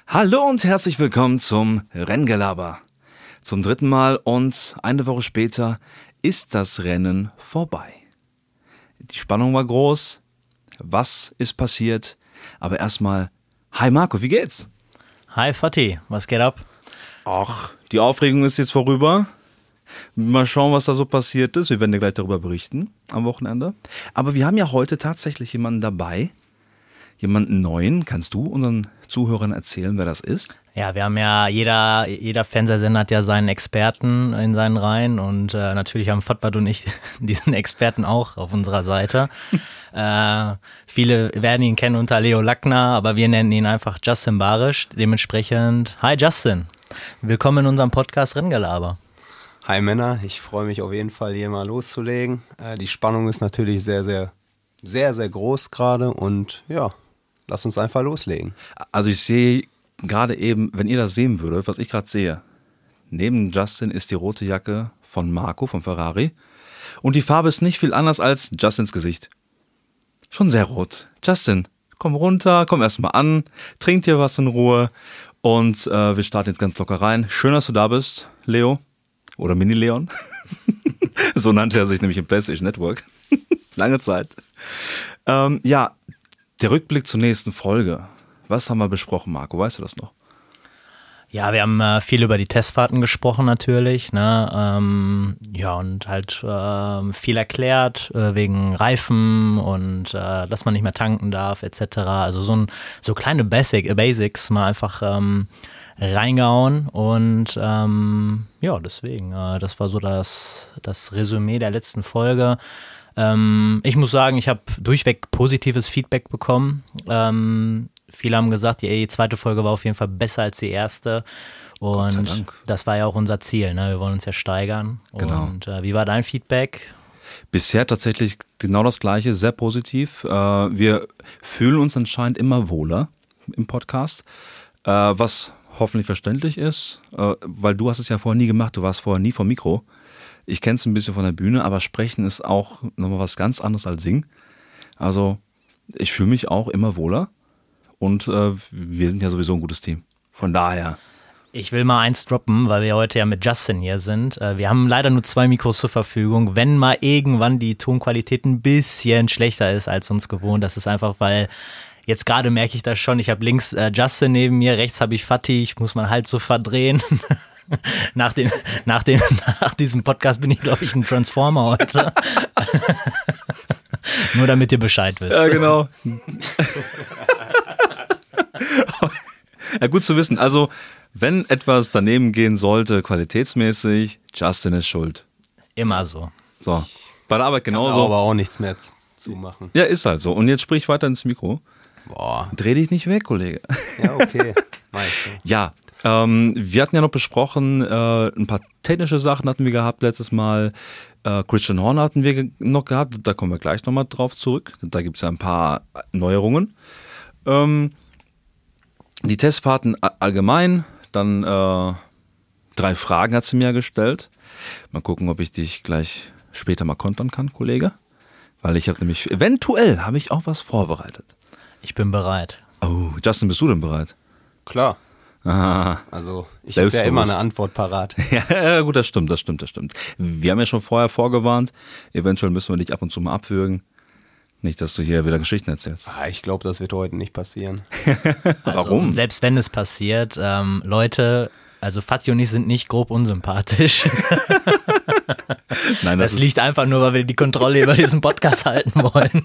Hallo und herzlich willkommen zum Renngelaber. Zum 3. Mal und eine Woche später ist das Rennen vorbei. Die Spannung war groß. Was ist passiert? Aber erstmal, hi Marco, wie geht's? Hi Fatih, was geht ab? Ach, die Aufregung ist jetzt vorüber. Mal schauen, was da so passiert ist. Wir werden dir gleich darüber berichten am Wochenende. Aber wir haben ja heute tatsächlich jemanden dabei. Jemanden neuen. Kannst du unseren Zuhörern erzählen, wer das ist? Ja, wir haben ja, jeder Fernsehsender hat ja seinen Experten in seinen Reihen und natürlich haben Fatbad und ich diesen Experten auch auf unserer Seite. Viele werden ihn kennen unter Leo Lackner, aber wir nennen ihn einfach Justin Barisch. Dementsprechend, hi Justin, willkommen in unserem Podcast Renngelaber. Hi Männer, ich freue mich auf jeden Fall hier mal loszulegen. Die Spannung ist natürlich sehr, sehr groß gerade und ja, lass uns einfach loslegen. Also ich sehe gerade eben, wenn ihr das sehen würdet, was ich gerade sehe, neben Justin ist die rote Jacke von Marco, von Ferrari. Und die Farbe ist nicht viel anders als Justins Gesicht. Schon sehr rot. Justin, komm runter, komm erstmal an, trink dir was in Ruhe und wir starten jetzt ganz locker rein. Schön, dass du da bist, Leo. Oder Mini-Leon. So nannte er sich nämlich im PlayStation Network. Lange Zeit. Ja, der Rückblick zur nächsten Folge. Was haben wir besprochen, Marco? Weißt du das noch? Ja, wir haben viel über die Testfahrten gesprochen natürlich, ne? Ja, und halt viel erklärt wegen Reifen und dass man nicht mehr tanken darf etc. Also so kleine Basics mal einfach reingehauen und ja, deswegen, das war so das Resümee der letzten Folge. Ich muss sagen, ich habe durchweg positives Feedback bekommen. Viele haben gesagt, die zweite Folge war auf jeden Fall besser als die erste. Und das war ja auch unser Ziel, ne? Wir wollen uns ja steigern. Genau. Und wie war dein Feedback? Bisher tatsächlich genau das Gleiche, sehr positiv. Wir fühlen uns anscheinend immer wohler im Podcast, was hoffentlich verständlich ist, weil du hast es ja vorher nie gemacht, du warst vorher nie vom Mikro. Ich kenne es ein bisschen von der Bühne, aber Sprechen ist auch nochmal was ganz anderes als Singen. Also ich fühle mich auch immer wohler. Und wir sind ja sowieso ein gutes Team. Von daher. Ich will mal eins droppen, weil wir heute ja mit Justin hier sind. Wir haben leider nur 2 Mikros zur Verfügung. Wenn mal irgendwann die Tonqualität ein bisschen schlechter ist als uns gewohnt, das ist einfach, weil jetzt gerade merke ich das schon. Ich habe links Justin neben mir, rechts habe ich Fatih. Ich muss mal halt so verdrehen. Nach diesem Podcast bin ich, glaube ich, ein Transformer heute. Nur damit ihr Bescheid wisst. Ja, genau. Ja, gut zu wissen. Also, wenn etwas daneben gehen sollte, qualitätsmäßig, Justin ist schuld. Immer so. So, bei der Arbeit genauso. Aber auch nichts mehr zu machen. Ja, ist halt so. Und jetzt sprich weiter ins Mikro. Boah. Dreh dich nicht weg, Kollege. Ja, okay. Ja, wir hatten ja noch besprochen, ein paar technische Sachen hatten wir gehabt letztes Mal. Christian Horner hatten wir noch gehabt, da kommen wir gleich nochmal drauf zurück. Da gibt es ja ein paar Neuerungen. Die Testfahrten allgemein, dann 3 Fragen hat sie mir gestellt. Mal gucken, ob ich dich gleich später mal kontern kann, Kollege. Weil ich habe nämlich, eventuell habe ich auch was vorbereitet. Ich bin bereit. Oh, Justin, bist du denn bereit? Klar. Aha. Also ich habe ja immer eine Antwort parat. Ja, gut, das stimmt. Wir haben ja schon vorher vorgewarnt, eventuell müssen wir dich ab und zu mal abwürgen. Nicht, dass du hier wieder Geschichten erzählst. Ich glaube, das wird heute nicht passieren. Warum? Also, selbst wenn es passiert, Leute, also Fatih und ich sind nicht grob unsympathisch. Nein, das liegt einfach nur, weil wir die Kontrolle über diesen Podcast halten wollen.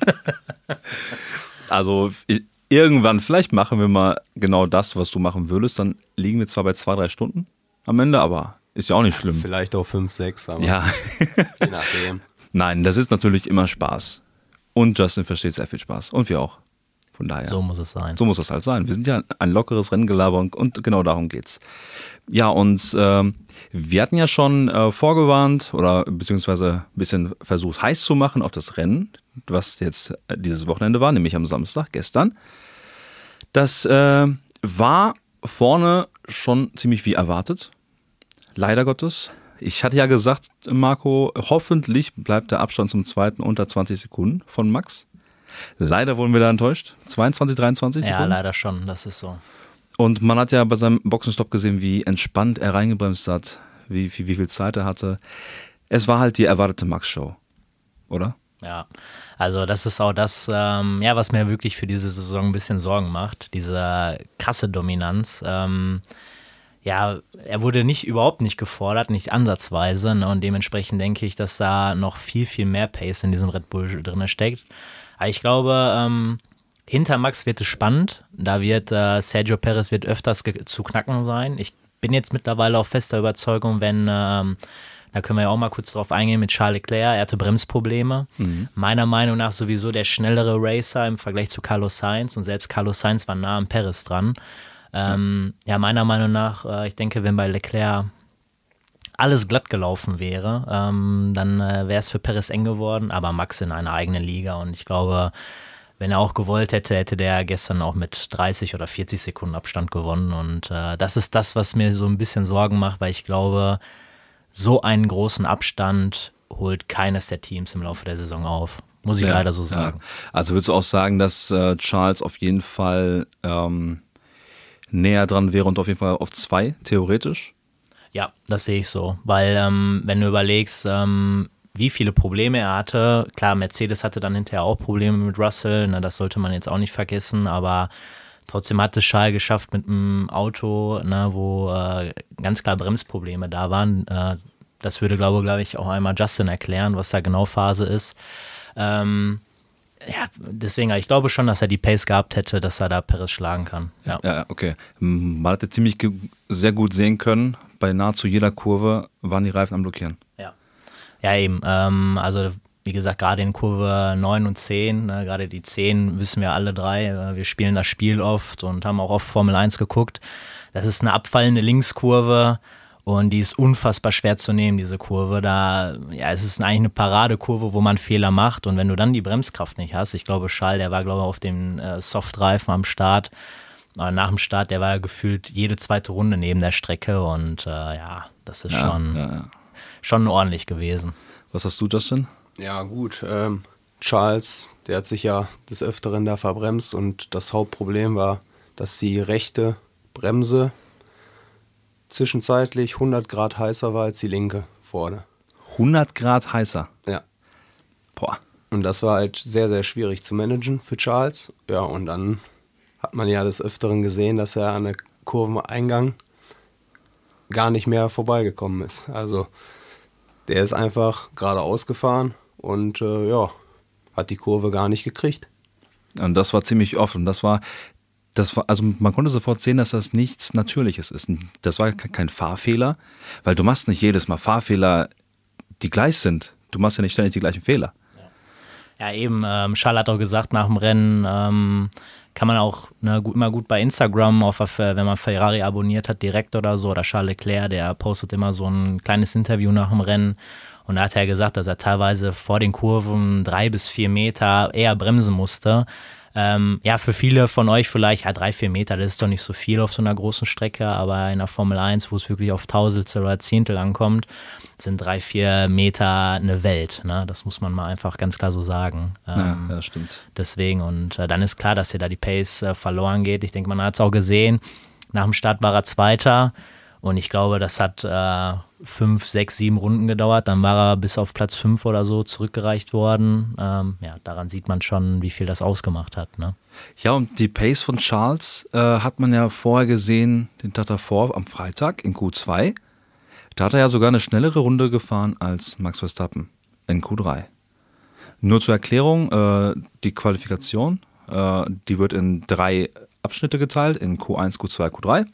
Also irgendwann, vielleicht machen wir mal genau das, was du machen würdest. Dann liegen wir zwar bei 2-3 Stunden am Ende, aber ist ja auch nicht schlimm. Vielleicht auch 5, 6, aber ja. Je nachdem. Nein, das ist natürlich immer Spaß. Und Justin versteht sehr viel Spaß. Und wir auch. Von daher. So muss es sein. So muss es halt sein. Wir sind ja ein lockeres Renngelaber und genau darum geht's. Ja, und wir hatten ja schon vorgewarnt oder beziehungsweise ein bisschen versucht heiß zu machen auf das Rennen, was jetzt dieses Wochenende war, nämlich am Samstag, gestern. Das war vorne schon ziemlich wie erwartet. Leider Gottes. Ich hatte ja gesagt, Marco, hoffentlich bleibt der Abstand zum Zweiten unter 20 Sekunden von Max. Leider wurden wir da enttäuscht. 22, 23 Sekunden. Ja, leider schon, das ist so. Und man hat ja bei seinem Boxenstopp gesehen, wie entspannt er reingebremst hat, wie viel Zeit er hatte. Es war halt die erwartete Max-Show, oder? Ja, also das ist auch das, was mir wirklich für diese Saison ein bisschen Sorgen macht, diese krasse Dominanz. Er wurde überhaupt nicht gefordert, nicht ansatzweise, ne? Und dementsprechend denke ich, dass da noch viel, viel mehr Pace in diesem Red Bull drin steckt. Aber ich glaube, hinter Max wird es spannend, da wird Sergio Perez wird öfters zu knacken sein. Ich bin jetzt mittlerweile auf fester Überzeugung, wenn... Da können wir ja auch mal kurz drauf eingehen mit Charles Leclerc. Er hatte Bremsprobleme. Meiner Meinung nach sowieso der schnellere Racer im Vergleich zu Carlos Sainz. Und selbst Carlos Sainz war nah am Perez dran. Meiner Meinung nach, ich denke, wenn bei Leclerc alles glatt gelaufen wäre, dann wäre es für Perez eng geworden. Aber Max in einer eigenen Liga. Und ich glaube, wenn er auch gewollt hätte, hätte der gestern auch mit 30 oder 40 Sekunden Abstand gewonnen. Und das ist das, was mir so ein bisschen Sorgen macht, weil ich glaube, so einen großen Abstand holt keines der Teams im Laufe der Saison auf. Muss ich leider so sagen. Ja. Also würdest du auch sagen, dass Charles auf jeden Fall näher dran wäre und auf jeden Fall auf 2, theoretisch? Ja, das sehe ich so. Weil wenn du überlegst, wie viele Probleme er hatte, klar, Mercedes hatte dann hinterher auch Probleme mit Russell, das sollte man jetzt auch nicht vergessen, aber trotzdem hat es Charles geschafft mit einem Auto, wo ganz klar Bremsprobleme da waren. Das würde, glaube ich, auch einmal Justin erklären, was da genau Phase ist. Deswegen, ich glaube schon, dass er die Pace gehabt hätte, dass er da Perez schlagen kann. Ja, okay. Man hatte ziemlich sehr gut sehen können, bei nahezu jeder Kurve waren die Reifen am Blockieren. Ja, eben. Also wie gesagt, gerade in Kurve 9 und 10, gerade die 10 wissen wir alle drei, wir spielen das Spiel oft und haben auch oft Formel 1 geguckt. Das ist eine abfallende Linkskurve und die ist unfassbar schwer zu nehmen, diese Kurve. Es ist eigentlich eine Paradekurve, wo man Fehler macht und wenn du dann die Bremskraft nicht hast, ich glaube Charles, der war glaube ich auf dem Softreifen am Start, nach dem Start, der war gefühlt jede zweite Runde neben der Strecke und das ist schon ordentlich gewesen. Was hast du, Justin? Ja gut, Charles, der hat sich ja des Öfteren da verbremst und das Hauptproblem war, dass die rechte Bremse zwischenzeitlich 100 Grad heißer war als die linke vorne. 100 Grad heißer? Ja. Boah. Und das war halt sehr, sehr schwierig zu managen für Charles. Ja, und dann hat man ja des Öfteren gesehen, dass er an der Kurveneingang gar nicht mehr vorbeigekommen ist. Also der ist einfach geradeaus gefahren und hat die Kurve gar nicht gekriegt. Und das war ziemlich oft. Und das war, also man konnte sofort sehen, dass das nichts Natürliches ist. Das war kein Fahrfehler, weil du machst nicht jedes Mal Fahrfehler, die gleich sind. Du machst ja nicht ständig die gleichen Fehler. Ja, eben. Charles hat auch gesagt, nach dem Rennen kann man auch immer gut bei Instagram, wenn man Ferrari abonniert hat, direkt oder so, oder Charles Leclerc, der postet immer so ein kleines Interview nach dem Rennen. Und da hat er gesagt, dass er teilweise vor den Kurven 3 bis 4 Meter eher bremsen musste. Für viele von euch vielleicht, 3, 4 Meter, das ist doch nicht so viel auf so einer großen Strecke, aber in der Formel 1, wo es wirklich auf Tausendstel oder Zehntel ankommt, sind 3, 4 Meter eine Welt. Ne? Das muss man mal einfach ganz klar so sagen. Ja, stimmt. Deswegen, und dann ist klar, dass hier da die Pace verloren geht. Ich denke, man hat es auch gesehen. Nach dem Start war er Zweiter. Und ich glaube, das hat 5, 6, 7 Runden gedauert. Dann war er bis auf Platz 5 oder so zurückgereicht worden. Daran sieht man schon, wie viel das ausgemacht hat. Ne? Ja, und die Pace von Charles hat man ja vorher gesehen, den Tag davor, am Freitag in Q2. Da hat er ja sogar eine schnellere Runde gefahren als Max Verstappen in Q3. Nur zur Erklärung, die Qualifikation, die wird in 3 Abschnitte geteilt, in Q1, Q2, Q3.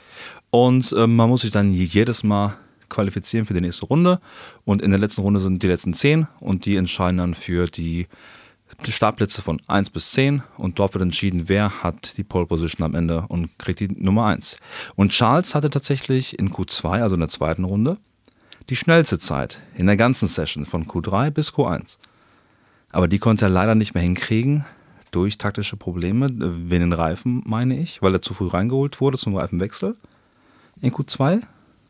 Und man muss sich dann jedes Mal qualifizieren für die nächste Runde. Und in der letzten Runde sind die letzten 10 und die entscheiden dann für die Startplätze von 1 bis 10. Und dort wird entschieden, wer hat die Pole Position am Ende und kriegt die Nummer 1. Und Charles hatte tatsächlich in Q2, also in der zweiten Runde, die schnellste Zeit in der ganzen Session von Q3 bis Q1. Aber die konnte er leider nicht mehr hinkriegen durch taktische Probleme, wegen den Reifen, meine ich, weil er zu früh reingeholt wurde zum Reifenwechsel. In Q2?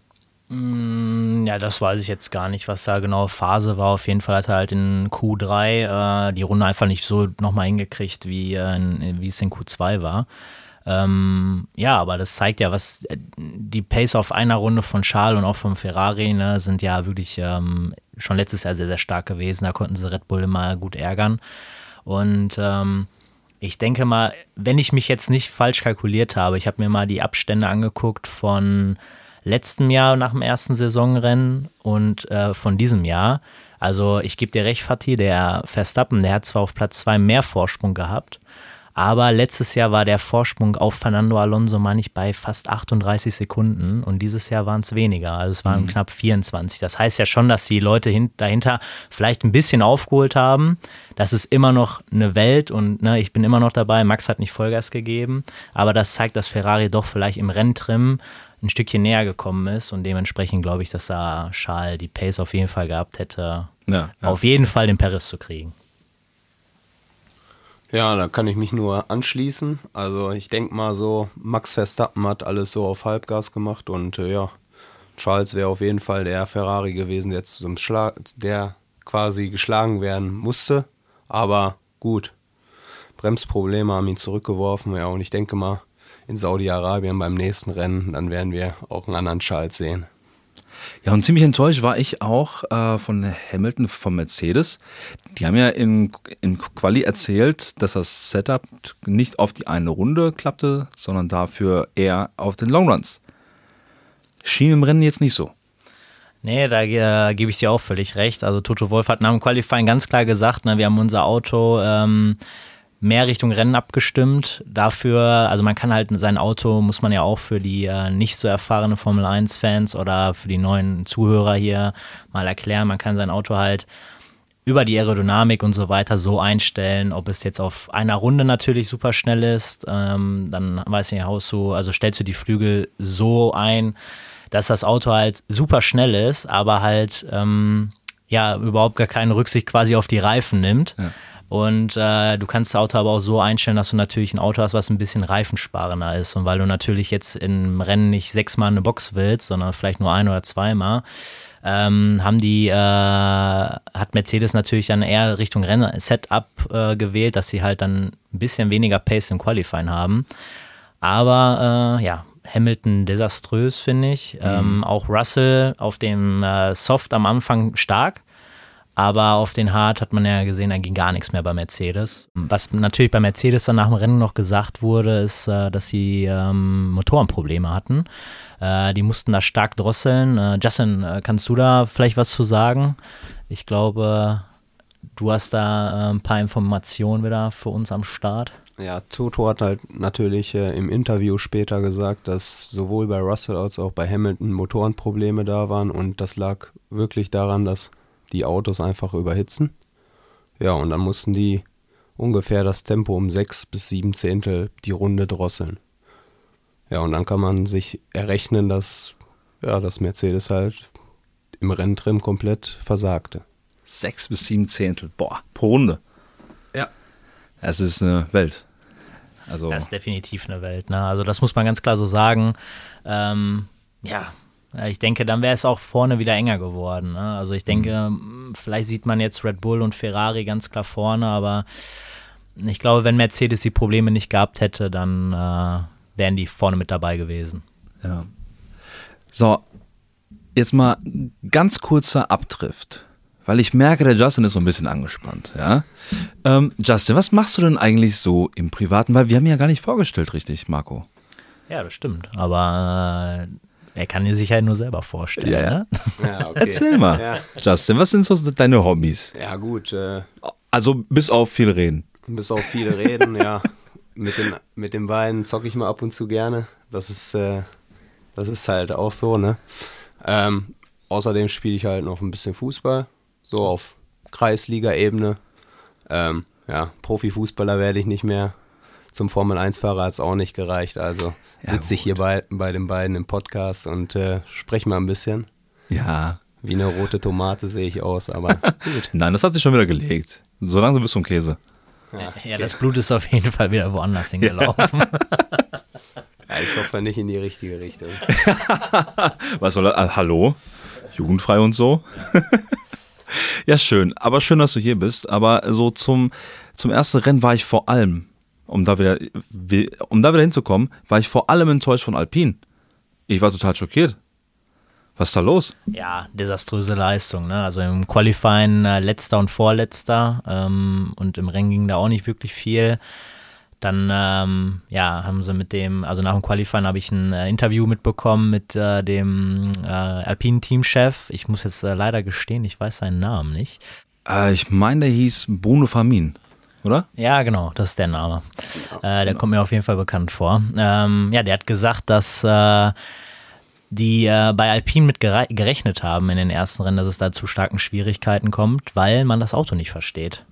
Ja, das weiß ich jetzt gar nicht, was da genau Phase war. Auf jeden Fall hat er halt in Q3 die Runde einfach nicht so nochmal hingekriegt, wie es in Q2 war. Ja, aber das zeigt ja, was die Pace auf einer Runde von Charles und auch vom Ferrari, ne, sind ja wirklich schon letztes Jahr sehr, sehr stark gewesen. Da konnten sie Red Bull immer gut ärgern. Und ich denke mal, wenn ich mich jetzt nicht falsch kalkuliert habe, ich habe mir mal die Abstände angeguckt von letztem Jahr nach dem ersten Saisonrennen und von diesem Jahr. Also ich gebe dir recht, Fatih, der Verstappen, der hat zwar auf Platz 2 mehr Vorsprung gehabt, aber letztes Jahr war der Vorsprung auf Fernando Alonso, meine ich, bei fast 38 Sekunden und dieses Jahr waren es weniger, also es waren knapp 24. Das heißt ja schon, dass die Leute dahinter vielleicht ein bisschen aufgeholt haben. Das ist immer noch eine Welt und ne, ich bin immer noch dabei, Max hat nicht Vollgas gegeben, aber das zeigt, dass Ferrari doch vielleicht im Renntrim ein Stückchen näher gekommen ist und dementsprechend glaube ich, dass da Charles die Pace auf jeden Fall gehabt hätte, auf jeden Fall den Perez zu kriegen. Ja, da kann ich mich nur anschließen. Also ich denke mal so, Max Verstappen hat alles so auf Halbgas gemacht und Charles wäre auf jeden Fall der Ferrari gewesen, der quasi geschlagen werden musste. Aber gut, Bremsprobleme haben ihn zurückgeworfen. Ja, und ich denke mal, in Saudi-Arabien beim nächsten Rennen, dann werden wir auch einen anderen Charles sehen. Ja, und ziemlich enttäuscht war ich auch von Hamilton, von Mercedes. Die haben ja in Quali erzählt, dass das Setup nicht auf die eine Runde klappte, sondern dafür eher auf den Longruns. Schien im Rennen jetzt nicht so. Nee, da gebe ich dir auch völlig recht. Also Toto Wolff hat nach dem Qualifying ganz klar gesagt, ne, wir haben unser Auto mehr Richtung Rennen abgestimmt. Dafür, also man kann halt sein Auto, muss man ja auch für die nicht so erfahrene Formel-1-Fans oder für die neuen Zuhörer hier mal erklären, man kann sein Auto halt über die Aerodynamik und so weiter so einstellen, ob es jetzt auf einer Runde natürlich super schnell ist, dann weiß ich nicht, also stellst du die Flügel so ein, dass das Auto halt super schnell ist, aber halt überhaupt gar keine Rücksicht quasi auf die Reifen nimmt. Ja. Und du kannst das Auto aber auch so einstellen, dass du natürlich ein Auto hast, was ein bisschen reifensparender ist. Und weil du natürlich jetzt im Rennen nicht 6-mal eine Box willst, sondern vielleicht nur 1 oder 2-mal, hat Mercedes natürlich dann eher Richtung Rennen-Setup gewählt, dass sie halt dann ein bisschen weniger Pace im Qualifying haben. Aber Hamilton desaströs, finde ich. Auch Russell auf dem Soft am Anfang stark. Aber auf den Hard hat man ja gesehen, da ging gar nichts mehr bei Mercedes. Was natürlich bei Mercedes dann nach dem Rennen noch gesagt wurde, ist, dass sie Motorenprobleme hatten. Die mussten da stark drosseln. Justin, kannst du da vielleicht was zu sagen? Ich glaube, du hast da ein paar Informationen wieder für uns am Start. Ja, Toto hat halt natürlich im Interview später gesagt, dass sowohl bei Russell als auch bei Hamilton Motorenprobleme da waren und das lag wirklich daran, dass die Autos einfach überhitzen. Ja, und dann mussten die ungefähr das Tempo um 6 bis 7 Zehntel die Runde drosseln. Ja, und dann kann man sich errechnen, dass Mercedes halt im Renntrim komplett versagte. 6 bis 7 Zehntel, boah, pro Runde. Ja. Es ist eine Welt. Also das ist definitiv eine Welt, ne? Also das muss man ganz klar so sagen. Ich denke, dann wäre es auch vorne wieder enger geworden. Ne? Also ich denke, vielleicht sieht man jetzt Red Bull und Ferrari ganz klar vorne, aber ich glaube, wenn Mercedes die Probleme nicht gehabt hätte, dann wären die vorne mit dabei gewesen. Ja. So, jetzt mal ganz kurzer Abdrift, weil ich merke, der Justin ist so ein bisschen angespannt. Ja? Justin, was machst du denn eigentlich so im Privaten? Weil wir haben ihn ja gar nicht vorgestellt, richtig, Marco? Ja, das stimmt, aber er kann sich halt nur selber vorstellen. Ja, ja. Ne? Ja, okay. Erzähl mal, Justin, was sind so deine Hobbys? Ja, gut. Also bis auf viel reden. Bis auf viel reden, ja. Mit den beiden zocke ich mal ab und zu gerne. Das ist halt auch so, ne? Außerdem spiele ich halt noch ein bisschen Fußball, so auf Kreisliga-Ebene. Profifußballer werde ich nicht mehr. Zum Formel-1-Fahrer hat es auch nicht gereicht, also sitze ich hier bei den beiden im Podcast und spreche mal ein bisschen. Ja. Wie eine rote Tomate sehe ich aus, aber gut. Nein, das hat sich schon wieder gelegt. So langsam bist du ein Käse. Ja, das Blut ist auf jeden Fall wieder woanders hingelaufen. Ja, ich hoffe nicht in die richtige Richtung. Was soll das? Hallo? Jugendfrei und so? Ja, schön. Aber schön, dass du hier bist. Aber so zum ersten Rennen war ich vor allem um da wieder hinzukommen, war ich vor allem enttäuscht von Alpine. Ich war total schockiert. Was ist da los? Ja, desaströse Leistung, ne? Also im Qualifying letzter und vorletzter und im Rennen ging da auch nicht wirklich viel. Dann haben sie also nach dem Qualifying habe ich ein Interview mitbekommen mit dem Alpine-Teamchef. Ich muss jetzt leider gestehen, ich weiß seinen Namen nicht. Ich meine, der hieß Bruno Famin, oder? Ja, genau, das ist der Name. Der kommt mir auf jeden Fall bekannt vor. Der hat gesagt, dass die bei Alpine mit gerechnet haben in den ersten Rennen, dass es da zu starken Schwierigkeiten kommt, weil man das Auto nicht versteht.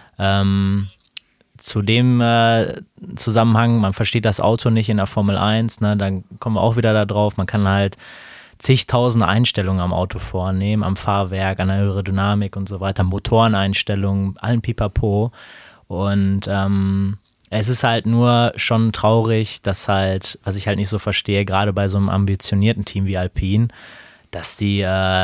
Zu dem Zusammenhang, man versteht das Auto nicht in der Formel 1, ne, dann kommen wir auch wieder da drauf, man kann halt zigtausende Einstellungen am Auto vornehmen, am Fahrwerk, an der Aerodynamik und so weiter, Motoreneinstellungen, allen Pipapo und es ist halt nur schon traurig, dass halt, was ich halt nicht so verstehe, gerade bei so einem ambitionierten Team wie Alpine, dass die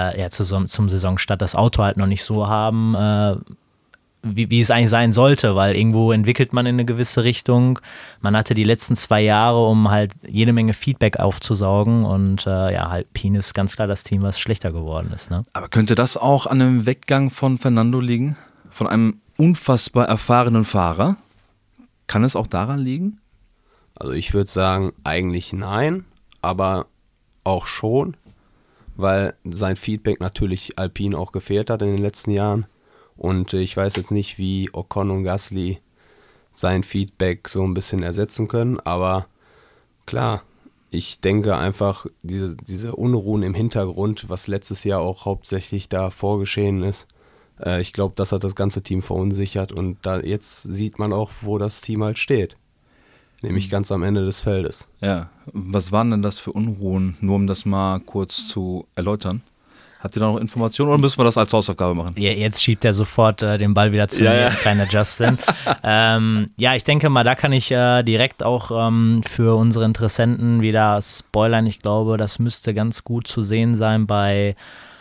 zum Saisonstart das Auto halt noch nicht so haben, wie es eigentlich sein sollte, weil irgendwo entwickelt man in eine gewisse Richtung. Man hatte die letzten 2 Jahre, um halt jede Menge Feedback aufzusaugen und Alpine ist ganz klar das Team, was schlechter geworden ist. Ne? Aber könnte das auch an dem Weggang von Fernando liegen? Von einem unfassbar erfahrenen Fahrer? Kann es auch daran liegen? Also ich würde sagen, eigentlich nein, aber auch schon, weil sein Feedback natürlich Alpine auch gefehlt hat in den letzten Jahren. Und ich weiß jetzt nicht, wie Ocon und Gasly sein Feedback so ein bisschen ersetzen können, aber klar, ich denke einfach, diese Unruhen im Hintergrund, was letztes Jahr auch hauptsächlich da vorgeschehen ist, ich glaube, das hat das ganze Team verunsichert und da jetzt sieht man auch, wo das Team halt steht, nämlich ganz am Ende des Feldes. Ja, was waren denn das für Unruhen, nur um das mal kurz zu erläutern? Habt ihr da noch Informationen oder müssen wir das als Hausaufgabe machen? Ja, jetzt schiebt er sofort den Ball wieder zu mir, kleiner Justin. Ich denke mal, da kann ich direkt auch für unsere Interessenten wieder spoilern. Ich glaube, das müsste ganz gut zu sehen sein bei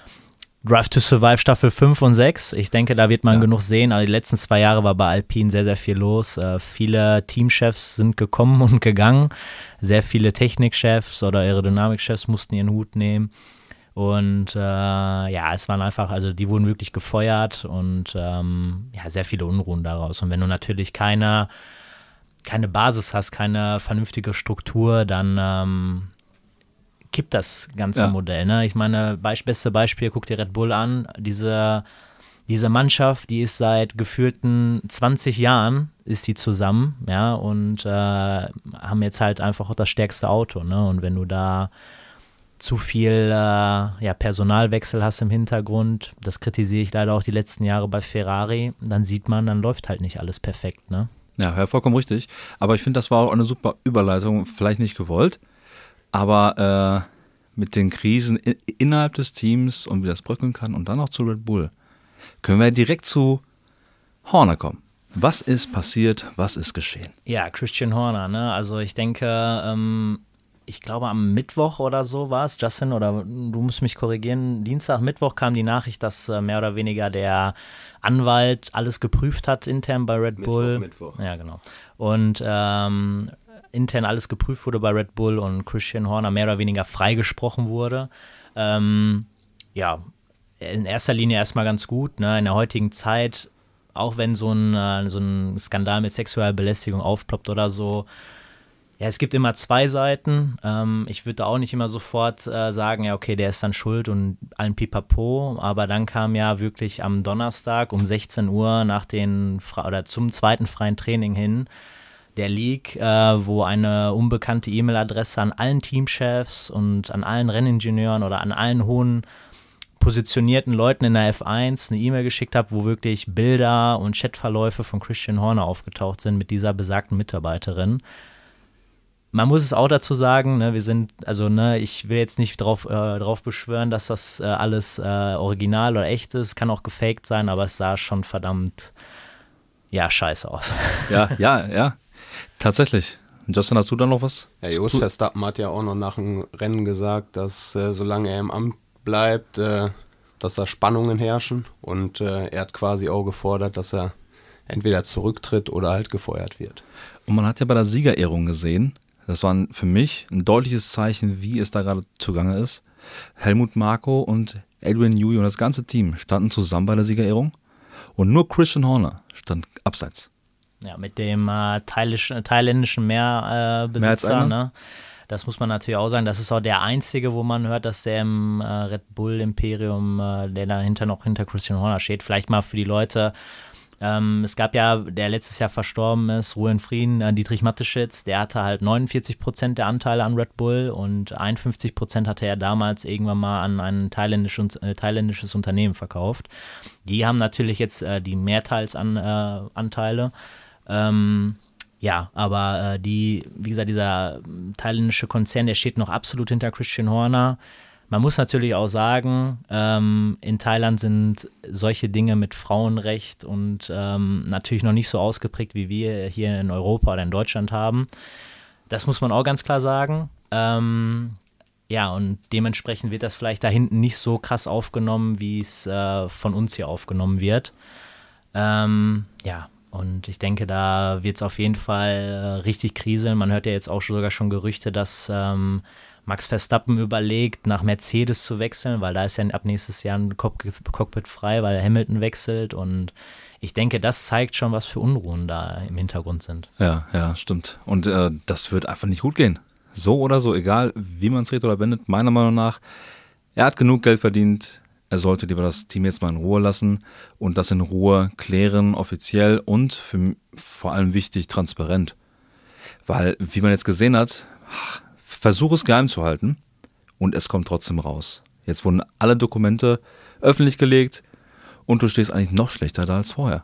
Drive to Survive Staffel 5 und 6. Ich denke, da wird man genug sehen. Also die letzten 2 Jahre war bei Alpine sehr, sehr viel los. Viele Teamchefs sind gekommen und gegangen. Sehr viele Technikchefs oder Aerodynamikchefs mussten ihren Hut nehmen. Und es waren einfach, also die wurden wirklich gefeuert und sehr viele Unruhen daraus. Und wenn du natürlich keine Basis hast, keine vernünftige Struktur, dann kippt das ganze Modell. Ne? Ich meine, beste Beispiel, guck dir Red Bull an, diese Mannschaft, die ist seit gefühlten 20 Jahren ist die zusammen, ja, und haben jetzt halt einfach auch das stärkste Auto, ne? Und wenn du da zu viel Personalwechsel hast im Hintergrund, das kritisiere ich leider auch die letzten Jahre bei Ferrari, dann sieht man, dann läuft halt nicht alles perfekt, ne? Ja, vollkommen richtig. Aber ich finde, das war auch eine super Überleitung, vielleicht nicht gewollt, aber mit den Krisen innerhalb des Teams und wie das bröckeln kann und dann auch zu Red Bull, können wir direkt zu Horner kommen. Was ist passiert? Was ist geschehen? Ja, Christian Horner, ne? Also ich denke, ich glaube am Mittwoch oder so war es, Justin, oder du musst mich korrigieren, Dienstag, Mittwoch kam die Nachricht, dass mehr oder weniger der Anwalt alles geprüft hat intern bei Red Bull. Mittwoch. Ja, genau. Und intern alles geprüft wurde bei Red Bull und Christian Horner mehr oder weniger freigesprochen wurde. In erster Linie erstmal ganz gut, ne? In der heutigen Zeit, auch wenn so ein Skandal mit sexueller Belästigung aufploppt oder so, ja, es gibt immer 2 Seiten. Ich würde auch nicht immer sofort sagen, ja, okay, der ist dann schuld und allen Pipapo. Aber dann kam ja wirklich am Donnerstag um 16 Uhr zum zweiten freien Training hin der Leak, wo eine unbekannte E-Mail-Adresse an allen Teamchefs und an allen Renningenieuren oder an allen hohen positionierten Leuten in der F1 eine E-Mail geschickt habe, wo wirklich Bilder und Chatverläufe von Christian Horner aufgetaucht sind mit dieser besagten Mitarbeiterin. Man muss es auch dazu sagen, ne, ich will jetzt nicht drauf beschwören, dass das alles original oder echt ist, kann auch gefaked sein, aber es sah schon verdammt, scheiße aus. Ja, tatsächlich. Justin, hast du da noch was? Ja, Jos Verstappen hat ja auch noch nach dem Rennen gesagt, dass solange er im Amt bleibt, dass da Spannungen herrschen und er hat quasi auch gefordert, dass er entweder zurücktritt oder halt gefeuert wird. Und man hat ja bei der Siegerehrung gesehen, das war für mich ein deutliches Zeichen, wie es da gerade zugange ist. Helmut Marko und Adrian Newey und das ganze Team standen zusammen bei der Siegerehrung und nur Christian Horner stand abseits. Ja, mit dem thailändischen Meerbesitzer, ne? Das muss man natürlich auch sagen. Das ist auch der einzige, wo man hört, dass der im Red Bull Imperium, der dahinter noch hinter Christian Horner steht. Vielleicht mal für die Leute. Es gab ja, der letztes Jahr verstorben ist, Ruhe in Frieden, Dietrich Mateschitz, der hatte halt 49% der Anteile an Red Bull und 51% hatte er damals irgendwann mal an ein thailändisches Unternehmen verkauft. Die haben natürlich jetzt die Mehrteilsanteile. Ja, aber wie gesagt, dieser thailändische Konzern, der steht noch absolut hinter Christian Horner. Man muss natürlich auch sagen, in Thailand sind solche Dinge mit Frauenrecht und natürlich noch nicht so ausgeprägt, wie wir hier in Europa oder in Deutschland haben. Das muss man auch ganz klar sagen. Ja, und dementsprechend wird das vielleicht da hinten nicht so krass aufgenommen, wie es von uns hier aufgenommen wird. Ja, und ich denke, da wird es auf jeden Fall richtig kriseln. Man hört ja jetzt auch sogar schon Gerüchte, dass Max Verstappen überlegt, nach Mercedes zu wechseln, weil da ist ja ab nächstes Jahr ein Cockpit frei, weil Hamilton wechselt. Und ich denke, das zeigt schon, was für Unruhen da im Hintergrund sind. Ja, stimmt. Und das wird einfach nicht gut gehen. So oder so, egal wie man es dreht oder wendet, meiner Meinung nach, er hat genug Geld verdient. Er sollte lieber das Team jetzt mal in Ruhe lassen und das in Ruhe klären, offiziell und vor allem wichtig, transparent. Weil, wie man jetzt gesehen hat, versuche es geheim zu halten und es kommt trotzdem raus. Jetzt wurden alle Dokumente öffentlich gelegt und du stehst eigentlich noch schlechter da als vorher.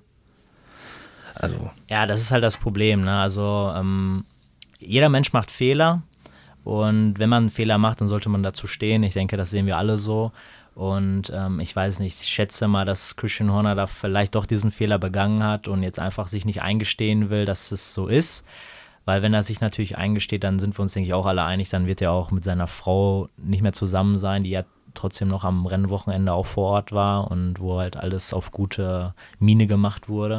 Also. Ja, das ist halt das Problem, ne? Also jeder Mensch macht Fehler und wenn man einen Fehler macht, dann sollte man dazu stehen. Ich denke, das sehen wir alle so. Und ich weiß nicht, ich schätze mal, dass Christian Horner da vielleicht doch diesen Fehler begangen hat und jetzt einfach sich nicht eingestehen will, dass es so ist. Weil wenn er sich natürlich eingesteht, dann sind wir uns, denke ich, auch alle einig, dann wird er auch mit seiner Frau nicht mehr zusammen sein, die ja trotzdem noch am Rennwochenende auch vor Ort war und wo halt alles auf gute Miene gemacht wurde.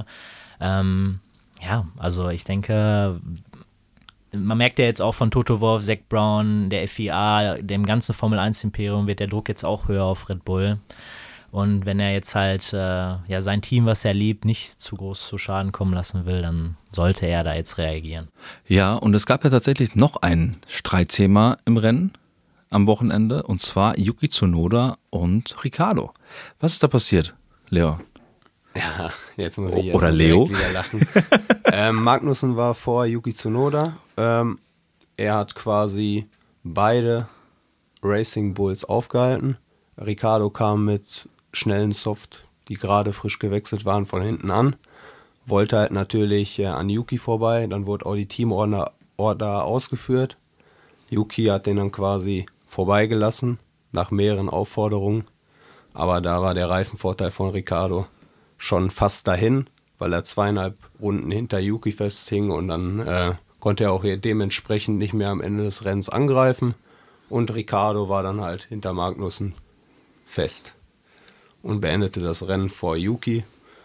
Ja, also ich denke, man merkt ja jetzt auch von Toto Wolff, Zach Brown, der FIA, dem ganzen Formel-1-Imperium wird der Druck jetzt auch höher auf Red Bull. Und wenn er jetzt halt sein Team, was er liebt, nicht zu groß zu Schaden kommen lassen will, dann sollte er da jetzt reagieren. Ja, und es gab ja tatsächlich noch ein Streitthema im Rennen am Wochenende, und zwar Yuki Tsunoda und Ricciardo. Was ist da passiert, Leo? Ja, jetzt muss ich oder Leo wieder lachen. Magnussen war vor Yuki Tsunoda. Er hat quasi beide Racing Bulls aufgehalten. Ricciardo kam mit schnellen Soft, die gerade frisch gewechselt waren, von hinten an. Wollte halt natürlich an Yuki vorbei. Dann wurde auch die Teamorder ausgeführt. Yuki hat den dann quasi vorbeigelassen, nach mehreren Aufforderungen. Aber da war der Reifenvorteil von Ricciardo schon fast dahin, weil er 2,5 Runden hinter Yuki festhing und dann konnte er auch dementsprechend nicht mehr am Ende des Rennens angreifen. Und Ricciardo war dann halt hinter Magnussen fest und beendete das Rennen vor Yuki.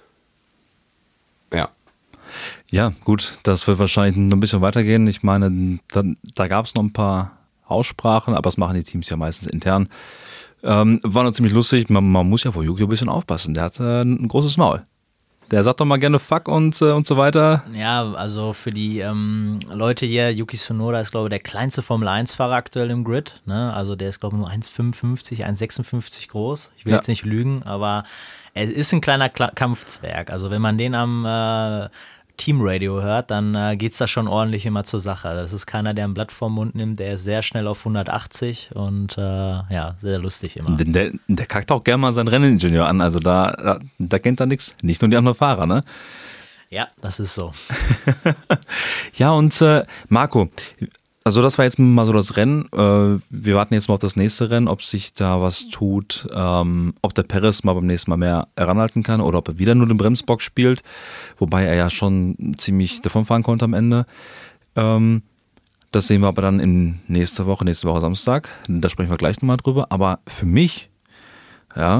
Ja. Ja, gut, das wird wahrscheinlich noch ein bisschen weitergehen. Ich meine, da gab es noch ein paar Aussprachen, aber das machen die Teams ja meistens intern. War noch ziemlich lustig. Man muss ja vor Yuki ein bisschen aufpassen. Der hat ein großes Maul. Der sagt doch mal gerne Fuck und so weiter. Ja, also für die Leute hier, Yuki Tsunoda ist, glaube ich, der kleinste Formel-1-Fahrer aktuell im Grid. Ne? Also der ist, glaube ich, nur 1,55, 1,56 groß. Ich will jetzt nicht lügen, aber er ist ein kleiner Kampfzwerg. Also wenn man den am Teamradio hört, dann geht es da schon ordentlich immer zur Sache. Das ist keiner, der ein Blatt vorm Mund nimmt, der ist sehr schnell auf 180 und sehr lustig immer. Der kackt auch gerne mal seinen Renningenieur an, also da kennt er nichts, nicht nur die anderen Fahrer, ne? Ja, das ist so. Ja, und Marco, also das war jetzt mal so das Rennen. Wir warten jetzt mal auf das nächste Rennen, ob sich da was tut, ob der Perez mal beim nächsten Mal mehr heranhalten kann oder ob er wieder nur den Bremsbock spielt, wobei er ja schon ziemlich davonfahren konnte am Ende. Das sehen wir aber dann nächste Woche Samstag. Da sprechen wir gleich nochmal drüber. Aber für mich, ja,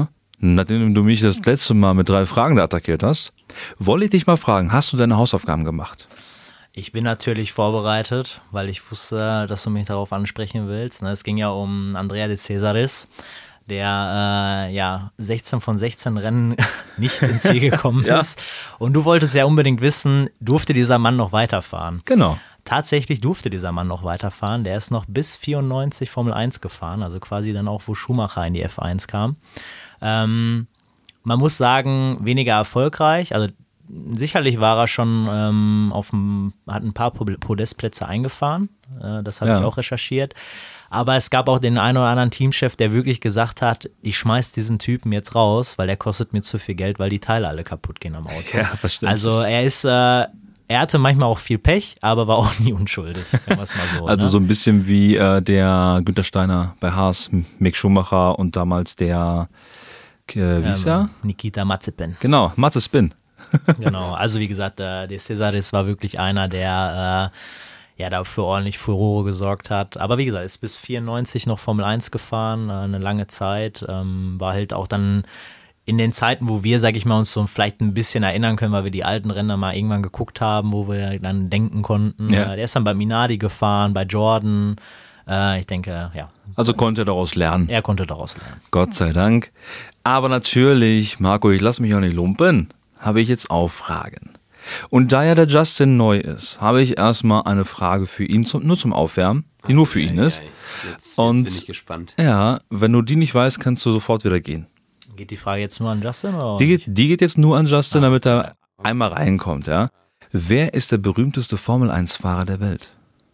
Nachdem du mich das letzte Mal mit 3 Fragen da attackiert hast, wollte ich dich mal fragen, hast du deine Hausaufgaben gemacht? Ich bin natürlich vorbereitet, weil ich wusste, dass du mich darauf ansprechen willst. Es ging ja um Andrea de Cesaris, der 16 von 16 Rennen nicht ins Ziel gekommen ist. Und du wolltest ja unbedingt wissen, durfte dieser Mann noch weiterfahren? Genau. Tatsächlich durfte dieser Mann noch weiterfahren. Der ist noch bis 94 Formel 1 gefahren, also quasi dann auch, wo Schumacher in die F1 kam. Man muss sagen, weniger erfolgreich. Also sicherlich war er schon hat ein paar Podestplätze eingefahren. Das habe ich auch recherchiert. Aber es gab auch den einen oder anderen Teamchef, der wirklich gesagt hat, ich schmeiß diesen Typen jetzt raus, weil der kostet mir zu viel Geld, weil die Teile alle kaputt gehen am Auto. Ja, verständlich. Also er hatte manchmal auch viel Pech, aber war auch nie unschuldig. Sagen wir es mal so. Also so ein bisschen wie der Günther Steiner bei Haas, Mick Schumacher und damals der, wie ist er? Nikita Mazepin. Genau, Mazepin. Genau, also wie gesagt, der Cesaris war wirklich einer, der dafür ordentlich Furore gesorgt hat. Aber wie gesagt, ist bis 94 noch Formel 1 gefahren, eine lange Zeit, war halt auch dann in den Zeiten, wo wir, sag ich mal, uns so vielleicht ein bisschen erinnern können, weil wir die alten Rennen mal irgendwann geguckt haben, wo wir dann denken konnten. Ja. Der ist dann bei Minardi gefahren, bei Jordan. Ich denke, ja. Also konnte er daraus lernen. Er konnte daraus lernen. Gott sei Dank. Aber natürlich, Marco, ich lasse mich auch nicht lumpen, habe ich jetzt auch Fragen. Und da ja der Justin neu ist, habe ich erstmal eine Frage für ihn, nur zum Aufwärmen, die nur für ihn ist. Jetzt bin ich gespannt. Ja, wenn du die nicht weißt, kannst du sofort wieder gehen. Geht die Frage jetzt nur an Justin? Oder Die geht jetzt nur an Justin, damit er einmal reinkommt. Ja. Wer ist der berühmteste Formel-1-Fahrer der Welt?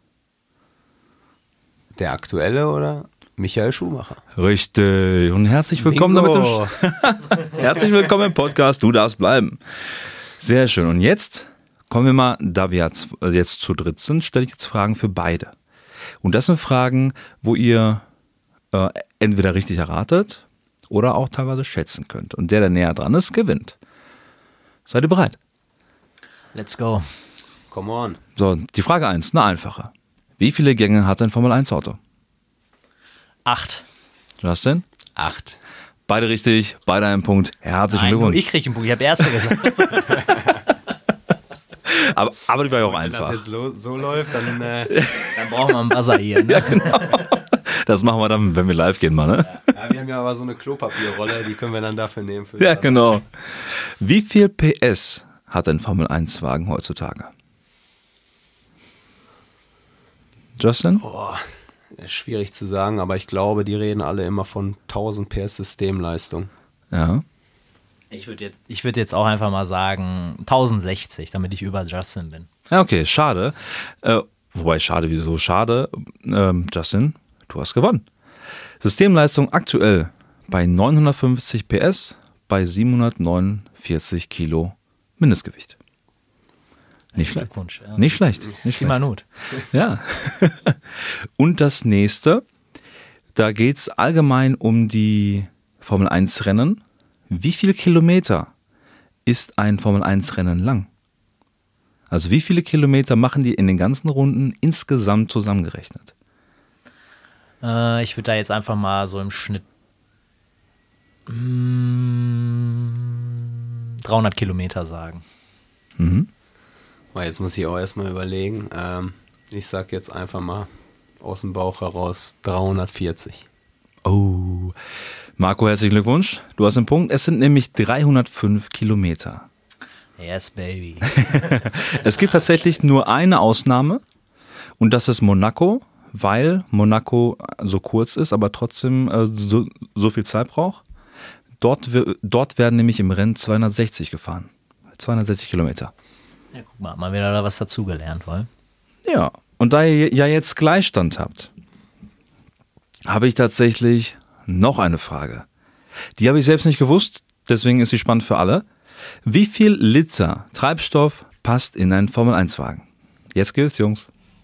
Der aktuelle oder Michael Schumacher? Richtig. Und herzlich willkommen herzlich willkommen im Podcast. Du darfst bleiben. Sehr schön. Und jetzt kommen wir mal, da wir jetzt zu dritt sind, stelle ich jetzt Fragen für beide. Und das sind Fragen, wo ihr entweder richtig erratet oder auch teilweise schätzen könnt. Und der näher dran ist, gewinnt. Seid ihr bereit? Let's go. Come on. So, die Frage 1, eine einfache. Wie viele Gänge hat ein Formel-1-Auto? 8. Justin? 8. Beide richtig, beide einen Punkt. Herzlichen Nein, nur Glückwunsch. ich kriege einen Punkt, ich habe Erste gesagt. aber die war ja auch Wenn einfach. das jetzt so läuft, dann Dann brauchen wir einen Buzzer hier. Ne? Das machen wir dann, wenn wir live gehen, mal, ne? Ja, wir haben ja aber so eine Klopapierrolle, die können wir dann dafür nehmen. Ja, genau. Wie viel PS hat ein Formel-1-Wagen heutzutage? Justin? Ist schwierig zu sagen, aber ich glaube, die reden alle immer von 1000 PS Systemleistung. Ja. Ich würde jetzt auch einfach mal sagen 1060, damit ich über Justin bin. Ja, okay, schade. Wobei, schade, wieso schade? Justin, du hast gewonnen. Systemleistung aktuell bei 950 PS bei 749 Kilo Mindestgewicht. Nicht schlecht. Glückwunsch. Ja. Nicht schlecht. Zieh mal Not. Ja. Und das nächste, da geht es allgemein um die Formel-1-Rennen. Wie viele Kilometer ist ein Formel-1-Rennen lang? Also wie viele Kilometer machen die in den ganzen Runden insgesamt zusammengerechnet? Ich würde da jetzt einfach mal so im Schnitt 300 Kilometer sagen. Mhm. Jetzt muss ich auch erstmal überlegen. Ich sag jetzt einfach mal aus dem Bauch heraus 340. Oh, Marco, herzlichen Glückwunsch. Du hast einen Punkt. Es sind nämlich 305 Kilometer. Yes, baby. Es gibt tatsächlich nur eine Ausnahme und das ist Monaco, weil Monaco so kurz ist, aber trotzdem so viel Zeit braucht. Dort werden nämlich im Rennen 260 gefahren. 260 Kilometer. Ja, guck mal, mal wieder da was dazugelernt, wohl. Ja, und da ihr ja jetzt Gleichstand habt, habe ich tatsächlich noch eine Frage. Die habe ich selbst nicht gewusst, deswegen ist sie spannend für alle. Wie viel Liter Treibstoff passt in einen Formel-1-Wagen? Jetzt gilt's, Jungs.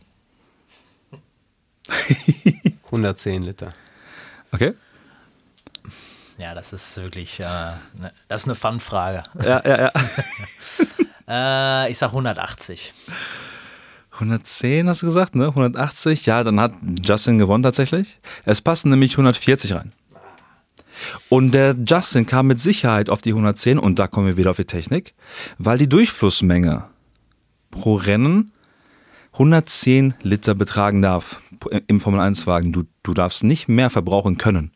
110 Liter. Okay? Ja, das ist wirklich, das ist eine Fun-Frage. Ja. Ich sag 180. 110 hast du gesagt, ne? 180, ja, dann hat Justin gewonnen tatsächlich. Es passen nämlich 140 rein. Und der Justin kam mit Sicherheit auf die 110 und da kommen wir wieder auf die Technik, weil die Durchflussmenge pro Rennen 110 Liter betragen darf im Formel-1-Wagen. Du darfst nicht mehr verbrauchen können.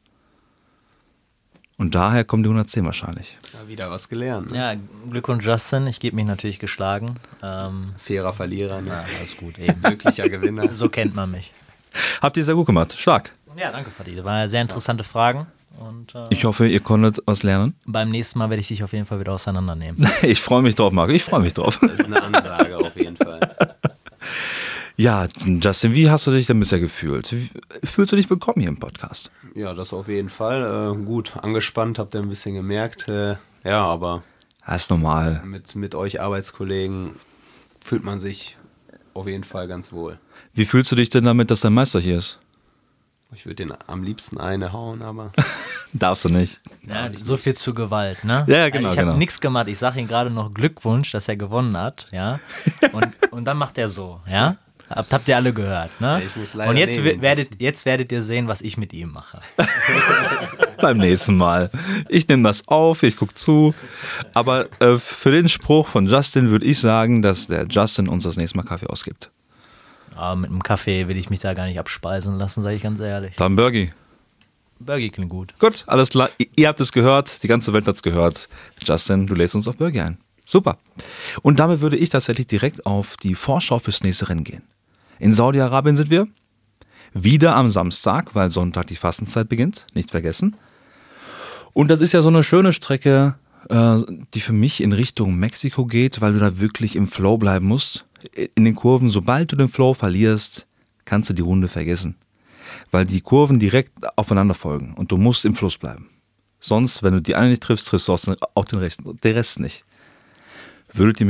Und daher kommen die 110 wahrscheinlich. Ja, wieder was gelernt. Ne? Ja, Glückwunsch Justin, ich gebe mich natürlich geschlagen. Fairer Verlierer, ne? Ja, alles gut, eben. Glücklicher Gewinner. So kennt man mich. Habt ihr sehr gut gemacht. Stark. Ja, danke, Fatih. Das waren sehr interessante Fragen. Und, Ich hoffe, ihr konntet was lernen. beim nächsten Mal werde ich dich auf jeden Fall wieder auseinandernehmen. Ich freue mich drauf, Marco. Ich freue mich drauf. Das ist eine Ansage auf jeden Fall. Ja, Justin, wie hast du dich denn bisher gefühlt? Fühlst du dich willkommen hier im Podcast? Ja, das auf jeden Fall. Gut, angespannt, habt ihr ein bisschen gemerkt. Ja, aber Das ist normal. mit euch Arbeitskollegen fühlt man sich auf jeden Fall ganz wohl. Wie fühlst du dich denn damit, dass dein Meister hier ist? Ich würde den am liebsten eine hauen, aber Darfst du nicht. Ja, so viel zu Gewalt, ne? Ja, ja, genau, Ich habe genau. nichts gemacht. Ich sage ihm gerade noch Glückwunsch, dass er gewonnen hat, ja. Und dann macht er so, ja. Habt ihr alle gehört, ne? Ja, ich muss leider Und jetzt neben ihm werdet ihr sehen, was ich mit ihm mache. Beim nächsten Mal. Ich nehme das auf, ich gucke zu. Aber für den Spruch von Justin würde ich sagen, dass der Justin uns das nächste Mal Kaffee ausgibt. Aber mit einem Kaffee will ich mich da gar nicht abspeisen lassen, sage ich ganz ehrlich. Dann Burgi. Burgi klingt gut. Gut, alles klar. Ihr habt es gehört, die ganze Welt hat es gehört. Justin, du lädst uns auf Burgi ein. Super. Und damit würde ich tatsächlich direkt auf die Vorschau fürs nächste Rennen gehen. In Saudi-Arabien sind wir. Wieder am Samstag, weil Sonntag die Fastenzeit beginnt. Nicht vergessen. Und das ist ja so eine schöne Strecke, die für mich in Richtung Mexiko geht, weil du da wirklich im Flow bleiben musst. In den Kurven, sobald du den Flow verlierst, kannst du die Runde vergessen. Weil die Kurven direkt aufeinander folgen und du musst im Fluss bleiben. Sonst, wenn du die eine nicht triffst, triffst du auch den Rest nicht. Würdet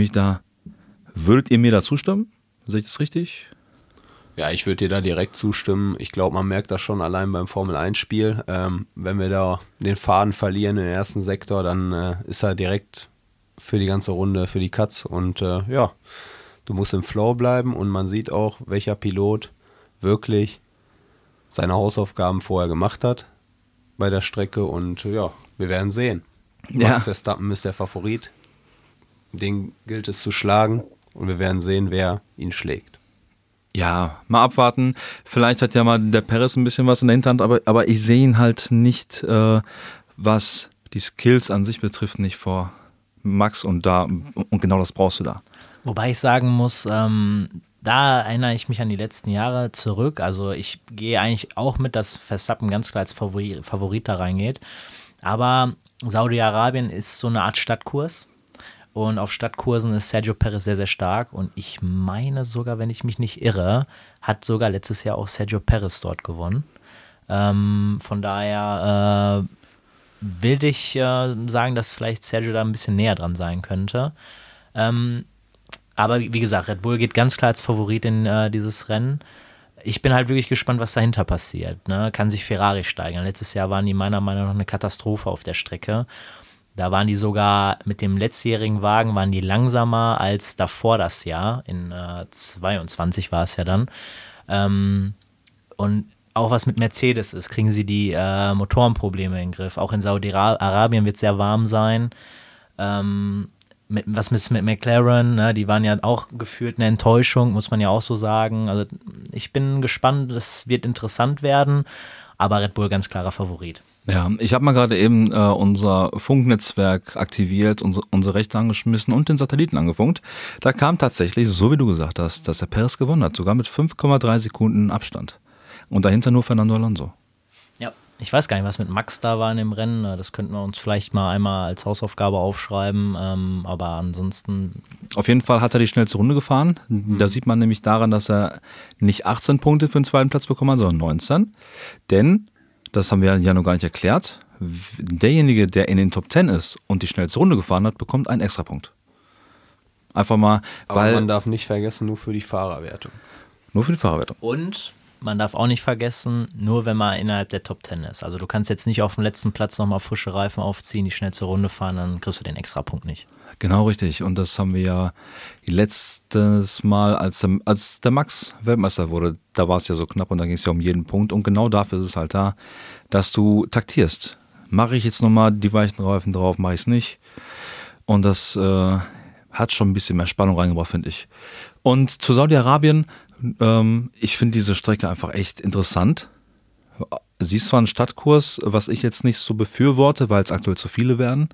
ihr mir da zustimmen? Sehe ich das richtig? ja, ich würde dir da direkt zustimmen. Ich glaube, man merkt das schon allein beim Formel-1-Spiel. Wenn wir da den Faden verlieren im ersten Sektor, dann ist er direkt für die ganze Runde, für die Katz. Und ja, du musst im Flow bleiben und man sieht auch, welcher Pilot wirklich seine Hausaufgaben vorher gemacht hat bei der Strecke. Und ja, wir werden sehen. Ja. Max Verstappen ist der Favorit. Den gilt es zu schlagen und wir werden sehen, wer ihn schlägt. Ja, mal abwarten. Vielleicht hat ja mal der Perez ein bisschen was in der Hinterhand, aber ich sehe ihn halt nicht, was die Skills an sich betrifft, nicht vor Max und genau das brauchst du da. Wobei ich sagen muss, da erinnere ich mich an die letzten Jahre zurück. Also ich gehe eigentlich auch mit, dass Verstappen ganz klar als Favorit da reingeht. Aber Saudi-Arabien ist so eine Art Stadtkurs. Und auf Stadtkursen ist Sergio Perez sehr, sehr stark. Und ich meine sogar, wenn ich mich nicht irre, hat sogar letztes Jahr auch Sergio Perez dort gewonnen. Von daher will ich sagen, dass vielleicht Sergio da ein bisschen näher dran sein könnte. Aber wie gesagt, Red Bull geht ganz klar als Favorit in dieses Rennen. Ich bin halt wirklich gespannt, was dahinter passiert. Ne? Kann sich Ferrari steigern? Letztes Jahr waren die meiner Meinung nach eine Katastrophe auf der Strecke. Da waren die sogar mit dem letztjährigen Wagen waren die langsamer als davor das Jahr. In 22 war es ja dann. Und auch was mit Mercedes ist, kriegen sie die Motorenprobleme in den Griff. Auch in Saudi-Arabien wird es sehr warm sein. Was mit McLaren, ne? Die waren ja auch gefühlt eine Enttäuschung, muss man ja auch so sagen. Also ich bin gespannt, das wird interessant werden, aber Red Bull ganz klarer Favorit. Ja, ich habe mal gerade eben unser Funknetzwerk aktiviert, unsere Rechte angeschmissen und den Satelliten angefunkt. Da kam tatsächlich, so wie du gesagt hast, dass der Perez gewonnen hat, sogar mit 5,3 Sekunden Abstand. Und dahinter nur Fernando Alonso. Ja, ich weiß gar nicht, was mit Max da war in dem Rennen. Das könnten wir uns vielleicht mal einmal als Hausaufgabe aufschreiben. Aber ansonsten... Auf jeden Fall hat er die schnellste Runde gefahren. Da sieht man nämlich daran, dass er nicht 18 Punkte für den zweiten Platz bekommen hat, sondern 19. Denn, das haben wir ja noch gar nicht erklärt, derjenige, der in den Top 10 ist und die schnellste Runde gefahren hat, bekommt einen Extrapunkt. Einfach mal, Aber weil... man darf nicht vergessen, nur für die Fahrerwertung. Nur für die Fahrerwertung. Und man darf auch nicht vergessen, nur wenn man innerhalb der Top 10 ist. Also du kannst jetzt nicht auf dem letzten Platz nochmal frische Reifen aufziehen, die schnellste Runde fahren, dann kriegst du den Extrapunkt nicht. Genau richtig. Und das haben wir ja letztes Mal, als der Max Weltmeister wurde, da war es ja so knapp und da ging es ja um jeden Punkt. Und genau dafür ist es halt da, dass du taktierst Mache ich jetzt nochmal die weichen Reifen drauf, mache ich es nicht. Und das hat schon ein bisschen mehr Spannung reingebracht, finde ich. Und zu Saudi-Arabien, ich finde diese Strecke einfach echt interessant. Sie ist zwar ein Stadtkurs, was ich jetzt nicht so befürworte, weil es aktuell zu viele werden.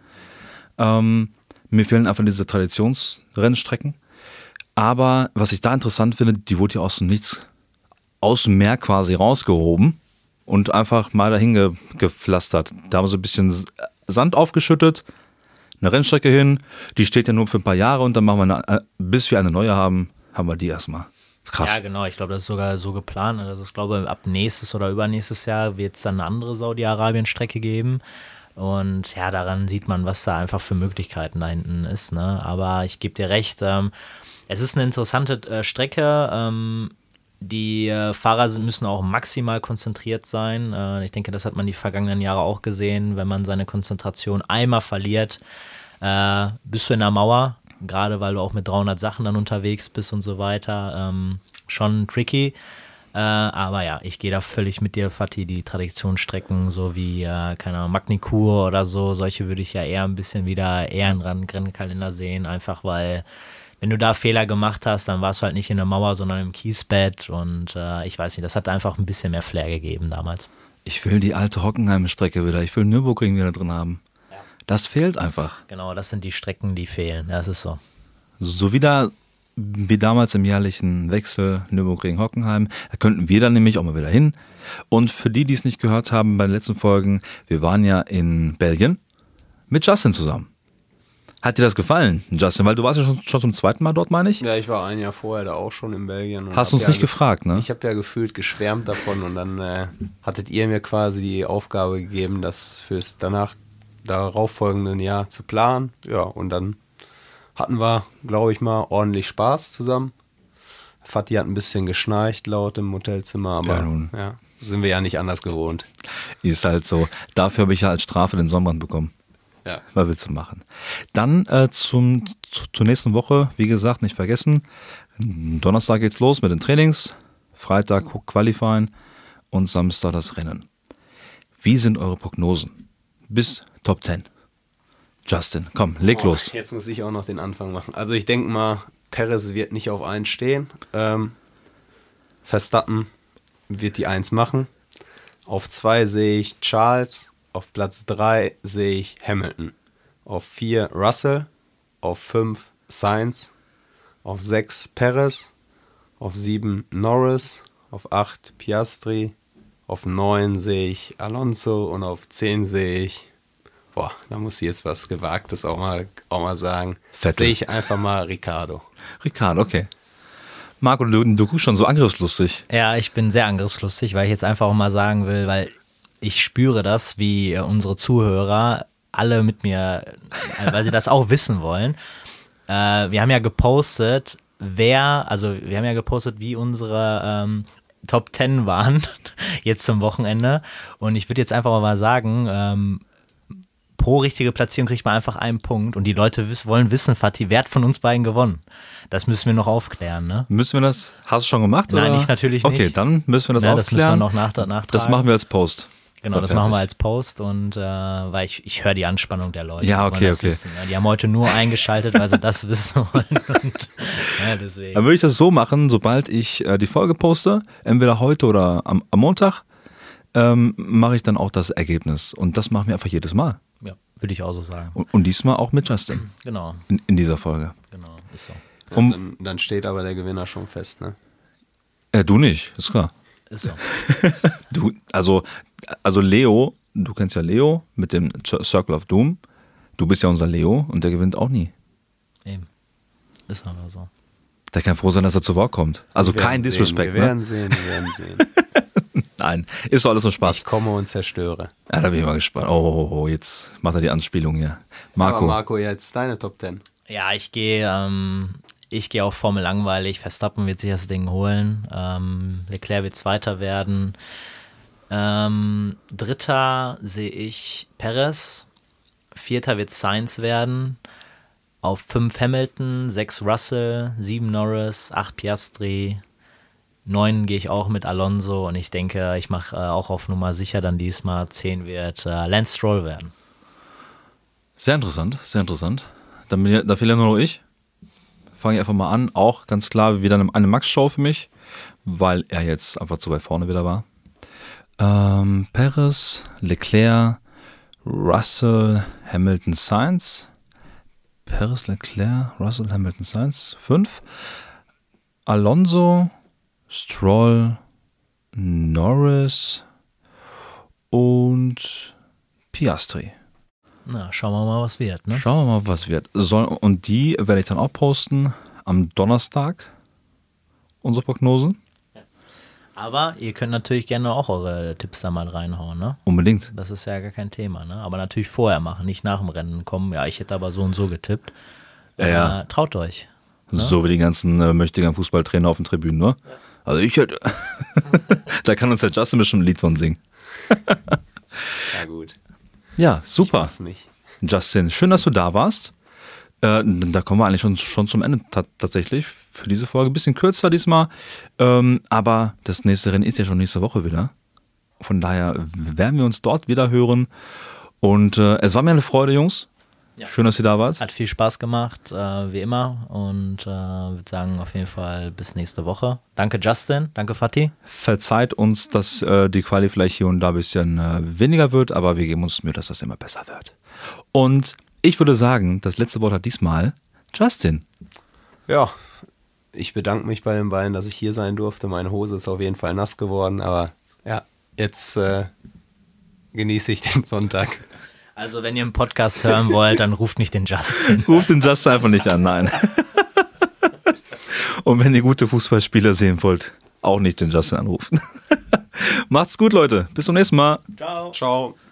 Mir fehlen einfach diese Traditionsrennstrecken. Aber was ich da interessant finde, die wurde ja aus dem Nichts, aus dem Meer quasi rausgehoben und einfach mal dahin gepflastert. Da haben sie ein bisschen Sand aufgeschüttet, eine Rennstrecke hin, die steht ja nur für ein paar Jahre und dann machen wir, bis wir eine neue haben wir die erstmal. Krass. Ja, genau. Ich glaube, das ist sogar so geplant. Das ist, glaube ich, ab nächstes oder übernächstes Jahr wird es dann eine andere Saudi-Arabien-Strecke geben. Und ja, daran sieht man, was da einfach für Möglichkeiten da hinten ist. Ne? Aber ich gebe dir recht, es ist eine interessante Strecke. Die Fahrer müssen auch maximal konzentriert sein. Ich denke, das hat man die vergangenen Jahre auch gesehen. Wenn man seine Konzentration einmal verliert, bist du in der Mauer. Gerade weil du auch mit 300 Sachen dann unterwegs bist und so weiter. Schon tricky. Aber ja, ich gehe da völlig mit dir, Fatih. Die Traditionsstrecken, so wie, keine Ahnung, Magny-Cours oder so, solche würde ich ja eher ein bisschen wieder eher in Rennkalender sehen. Einfach weil, wenn du da Fehler gemacht hast, dann warst du halt nicht in der Mauer, sondern im Kiesbett. Und ich weiß nicht, das hat einfach ein bisschen mehr Flair gegeben damals. Ich will die alte Hockenheim-Strecke wieder. Ich will Nürburgring wieder drin haben. Ja. Das fehlt einfach. Genau, das sind die Strecken, die fehlen. Das ist so. So wie damals im jährlichen Wechsel Nürburgring-Hockenheim. Da könnten wir dann nämlich auch mal wieder hin. Und für die es nicht gehört haben bei den letzten Folgen, wir waren ja in Belgien mit Justin zusammen. Hat dir das gefallen, Justin? Weil du warst ja schon zum zweiten Mal dort, meine ich? Ja, ich war ein Jahr vorher da auch schon in Belgien. Hast uns nicht gefragt, ne? Ich habe ja gefühlt geschwärmt davon und dann hattet ihr mir quasi die Aufgabe gegeben, das fürs danach darauffolgenden Jahr zu planen. Ja, und dann hatten wir, glaube ich mal, ordentlich Spaß zusammen. Fatih hat ein bisschen geschnarcht laut im Hotelzimmer, aber ja, sind wir ja nicht anders gewohnt. Ist halt so. Dafür habe ich ja als Strafe den Sonnenbrand bekommen. Ja. Was willst du machen? Dann zur nächsten Woche, wie gesagt, nicht vergessen. Donnerstag geht's los mit den Trainings, Freitag Qualifying und Samstag das Rennen. Wie sind eure Prognosen? Bis Top 10. Justin, komm, leg los. Jetzt muss ich auch noch den Anfang machen. Also ich denke mal, Perez wird nicht auf 1 stehen. Verstappen wird die 1 machen. Auf 2 sehe ich Charles. Auf Platz 3 sehe ich Hamilton. Auf 4 Russell. Auf 5 Sainz. Auf 6 Perez. Auf 7 Norris. Auf 8 Piastri. Auf 9 sehe ich Alonso. Und auf 10 sehe ich... da muss ich jetzt was Gewagtes auch mal sagen. Vettel. Sehe ich einfach mal Ricciardo. Ricciardo, okay. Marco, du guckst schon so angriffslustig. Ja, ich bin sehr angriffslustig, weil ich jetzt einfach auch mal sagen will, weil ich spüre das, wie unsere Zuhörer alle mit mir, weil sie das auch wissen wollen. Wir haben ja gepostet, wie unsere Top 10 waren jetzt zum Wochenende. Und ich würde jetzt einfach mal sagen, pro richtige Platzierung kriegt man einfach einen Punkt. Und die Leute wollen wissen, Fatih, wer hat von uns beiden gewonnen? Das müssen wir noch aufklären, ne? Müssen wir das? Hast du schon gemacht? Nein, oder? ich natürlich nicht. Okay, dann müssen wir das aufklären. Das müssen wir noch nachtragen. Das machen wir als Post. Genau, das machen wir als Post und weil ich höre die Anspannung der Leute. Ja, okay. Wissen, ne? Die haben heute nur eingeschaltet, weil sie das wissen wollen. Und, ja, deswegen. Dann würde ich das so machen, sobald ich die Folge poste, entweder heute oder am Montag, mache ich dann auch das Ergebnis. Und das machen wir einfach jedes Mal. Ja, würde ich auch so sagen. Und diesmal auch mit Justin. Genau. In dieser Folge. Genau, ist so. Ja, dann steht aber der Gewinner schon fest, ne? Du nicht, ist klar. Ist so. Du, also Leo, du kennst ja Leo mit dem Circle of Doom. Du bist ja unser Leo und der gewinnt auch nie. Eben. Ist aber so. Der kann froh sein, dass er zu Wort kommt. Also kein Disrespect. Wir werden sehen. Nein, ist doch alles nur Spaß. Ich komme und zerstöre. Ja, da bin ich mal gespannt. Oh, jetzt macht er die Anspielung hier. Marco. Aber Marco, jetzt deine Top 10. Ja, ich gehe auf Formel langweilig. Verstappen wird sich das Ding holen. Leclerc wird Zweiter werden. Dritter sehe ich Perez. Vierter wird Sainz werden. Auf 5 Hamilton, 6 Russell, 7 Norris, 8 Piastri, 9 gehe ich auch mit Alonso und ich denke, ich mache auch auf Nummer sicher dann diesmal. 10 wird Lance Stroll werden. Sehr interessant, sehr interessant. Da fehlt ja nur noch ich. Fange ich einfach mal an. Auch ganz klar wieder eine Max-Show für mich, weil er jetzt einfach zu weit vorne wieder war. Perez, Leclerc, Russell, Hamilton, Sainz. Perez, Leclerc, Russell, Hamilton, Sainz. 5. Alonso, Stroll, Norris und Piastri. Na, schauen wir mal, was wird. Ne? Schauen wir mal, was wird. Und die werde ich dann auch posten am Donnerstag, unsere Prognosen. Aber ihr könnt natürlich gerne auch eure Tipps da mal reinhauen, ne? Unbedingt. Das ist ja gar kein Thema, ne? Aber natürlich vorher machen, nicht nach dem Rennen kommen. Ja, ich hätte aber so und so getippt. Ja. Traut euch. Ne? So wie die ganzen mächtigen Fußballtrainer auf den Tribünen, ne? Ja. Also ich hätte... Da kann uns der Justin bestimmt ein Lied von singen. Ja, gut. Ja, super. Ich weiß nicht. Justin, schön, dass du da warst. Da kommen wir eigentlich schon zum Ende tatsächlich für diese Folge. Ein bisschen kürzer diesmal, aber das nächste Rennen ist ja schon nächste Woche wieder. Von daher werden wir uns dort wieder hören. Und es war mir eine Freude, Jungs. Ja. Schön, dass ihr da wart. Hat viel Spaß gemacht, wie immer. Und würde sagen, auf jeden Fall bis nächste Woche. Danke, Justin. Danke, Fatih. Verzeiht uns, dass die Quali vielleicht hier und da ein bisschen weniger wird, aber wir geben uns Mühe, dass das immer besser wird. Und ich würde sagen, das letzte Wort hat diesmal Justin. Ja, ich bedanke mich bei den beiden, dass ich hier sein durfte. Meine Hose ist auf jeden Fall nass geworden, aber ja, jetzt genieße ich den Sonntag. Also wenn ihr einen Podcast hören wollt, dann ruft nicht den Justin. Ruft den Justin einfach nicht an, nein. Und wenn ihr gute Fußballspieler sehen wollt, auch nicht den Justin anrufen. Macht's gut, Leute. Bis zum nächsten Mal. Ciao. Ciao.